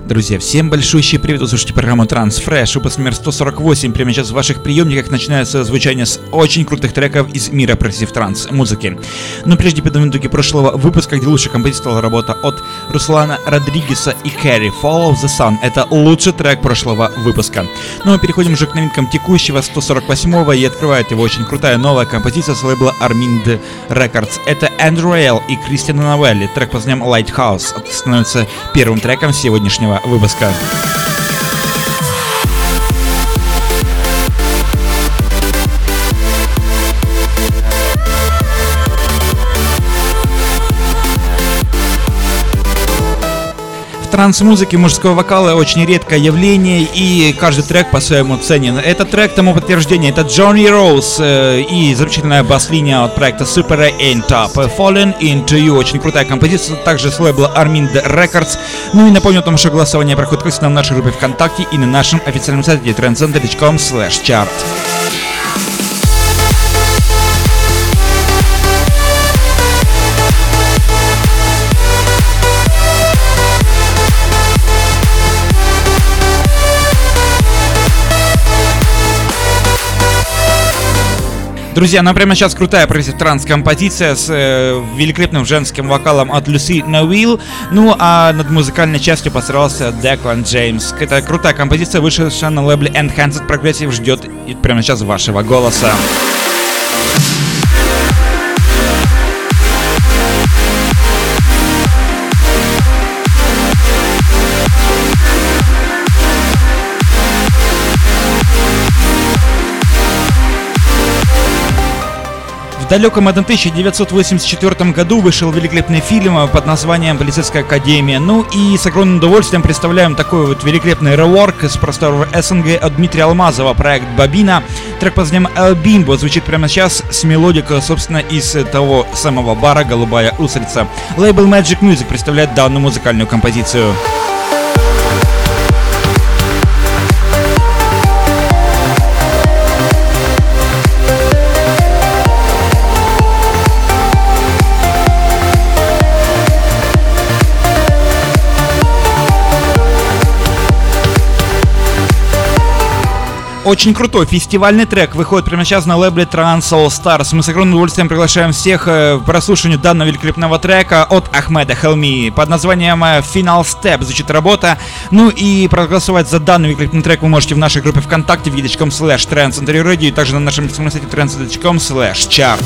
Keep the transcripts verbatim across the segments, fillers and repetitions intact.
Друзья, всем большущий привет, вы слушаете программу Transfresh, выпуск номер сто сорок восемь. Прямо сейчас в ваших приемниках начинается звучание с очень крутых треков из мира прогрессив транс музыки. Но прежде подводим итоги прошлого выпуска, где лучшей композицией стала работа от Руслана Родригеса и Кэрри Follow the Sun. Это лучший трек прошлого выпуска. Ну а переходим уже к новинкам текущего сто сорок восьмого, и открывает его очень крутая новая композиция с лейбла Armind Records. Это Andrew Rayel и Кристиана Новелли. Трек под названием Lighthouse становится первым треком сегодняшнего выпуска. В транс-музыке мужского вокала очень редкое явление, и каждый трек по-своему ценен. Этот трек тому подтверждение. Это Джонни Роуз э, и замечательная бас-линия от проекта Super A Top Fallen Into You. Очень крутая композиция, также с лейбла Armind Records. Ну и напомню о том, что голосование проходит как на нашей группе ВКонтакте и на нашем официальном сайте трансцентр точка ком слэш чарт. Друзья, ну прямо сейчас крутая прогрессив транс-композиция с э, великолепным женским вокалом от Люси Новилл. Ну а над музыкальной частью постарался Деклан Джеймс. Это крутая композиция, вышедшая на лейбле Enhanced Progressive, ждет прямо сейчас вашего голоса. В далеком тысяча девятьсот восемьдесят четвёртом году вышел великолепный фильм под названием «Полицейская академия». Ну и с огромным удовольствием представляем такой вот великолепный реворк с просторов СНГ от Дмитрия Алмазова, проект «Бобина». Трек под названием «El Bimbo» звучит прямо сейчас с мелодикой, собственно, из того самого бара «Голубая устрица». Лейбл Magic Music представляет данную музыкальную композицию. Очень крутой фестивальный трек выходит прямо сейчас на лейбле Trans All Stars. Мы с огромным удовольствием приглашаем всех к прослушиванию данного великолепного трека от Ахмеда Хелми под названием Final Step. Звучит работа. Ну и проголосовать за данный великолепный трек вы можете в нашей группе ВКонтакте в точка ком слэш трансцентр радио и также на нашем сайте трансцентр точка ком слэш чарт.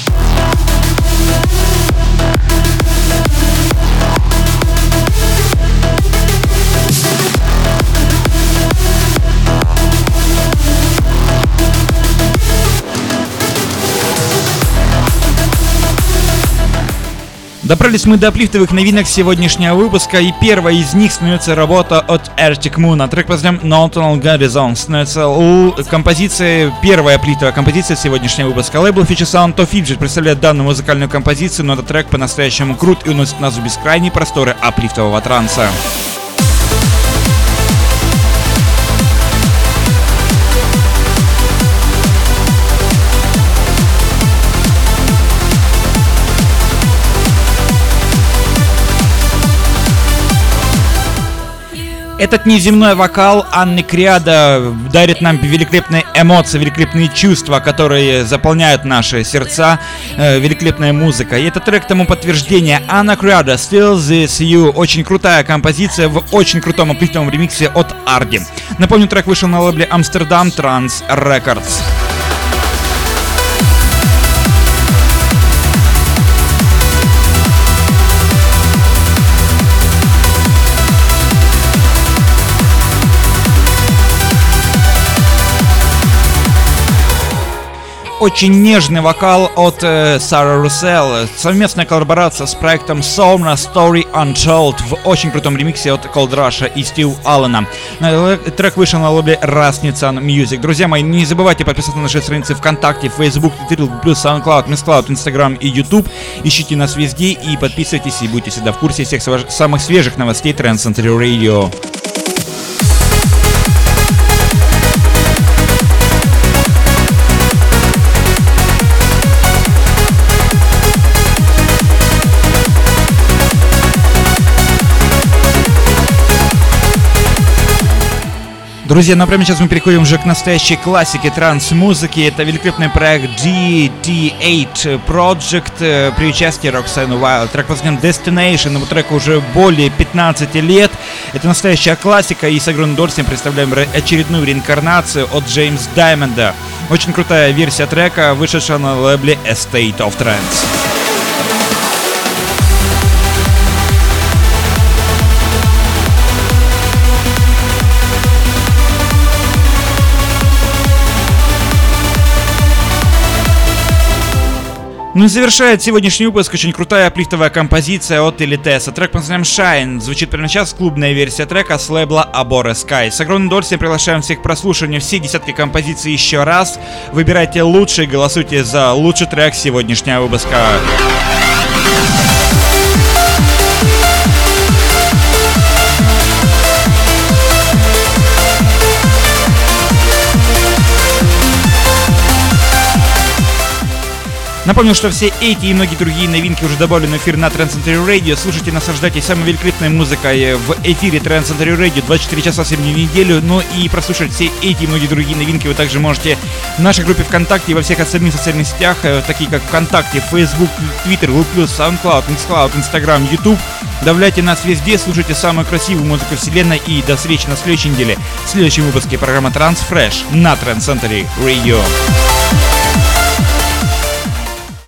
Добрались мы до аплифтовых новинок сегодняшнего выпуска, и первой из них становится работа от Arctic Moon, а трек под названием Nautical Garrison становится у композиции, первая аплифтовая композиция сегодняшнего выпуска. Лейбл Future Sound of Egypt представляет данную музыкальную композицию, но этот трек по-настоящему крут и уносит нас в бескрайние просторы аплифтового транса. Этот неземной вокал Анны Криада дарит нам великолепные эмоции, великолепные чувства, которые заполняют наши сердца, э, великолепная музыка. И этот трек тому подтверждение. Анна Криада, Still This You. Очень крутая композиция в очень крутом аплифтовом ремиксе от Арди. Напомню, трек вышел на лейбле Amsterdam Trans Records. Очень нежный вокал от э, Сары Руссell. Совместная коллаборация с проектом Somna Story Untold в очень крутом ремиксе от Cold Russia и Стив Аллена. Трек вышел на лейбле Rasnitsan Music. Друзья мои, не забывайте подписаться на наши страницы ВКонтакте, Facebook, Twitter, SoundCloud, MissCloud, Instagram и YouTube. Ищите нас везде и подписывайтесь, и будьте всегда в курсе всех самых свежих новостей Trans Century Radio. Друзья, ну прямо сейчас мы переходим уже к настоящей классике транс-музыки. Это великолепный проект джи ти эйч Project при участии Roxanne Wild. Трек под названием Destination, ему треку уже более пятнадцати лет. Это настоящая классика, и с огромным удовольствием представляем очередную реинкарнацию от Джеймс Даймонда. Очень крутая версия трека, вышедшая на лейбле A State of Trance. Ну и завершает сегодняшний выпуск очень крутая аплифтовая композиция от Elitesa. Трек под названием Shine. Звучит прямо сейчас клубная версия трека с лейбла Abore Sky. С огромным удовольствием приглашаем всех к прослушиванию все десятки композиций еще раз. Выбирайте лучшие, голосуйте за лучший трек сегодняшнего выпуска. Напомню, что все эти и многие другие новинки уже добавлены в эфир на Trance Century Radio. Слушайте, наслаждайтесь самой великолепной музыкой в эфире Trance Century Radio двадцать четыре часа семь дней в неделю. Ну и прослушать все эти и многие другие новинки вы также можете в нашей группе ВКонтакте и во всех остальных социальных сетях, такие как ВКонтакте, Facebook, Twitter, Google+, SoundCloud, Mixcloud, Instagram, YouTube. Давляйте нас везде, слушайте самую красивую музыку вселенной и до встречи на следующей неделе в следующем выпуске программы Trance Fresh на Trance Century Radio.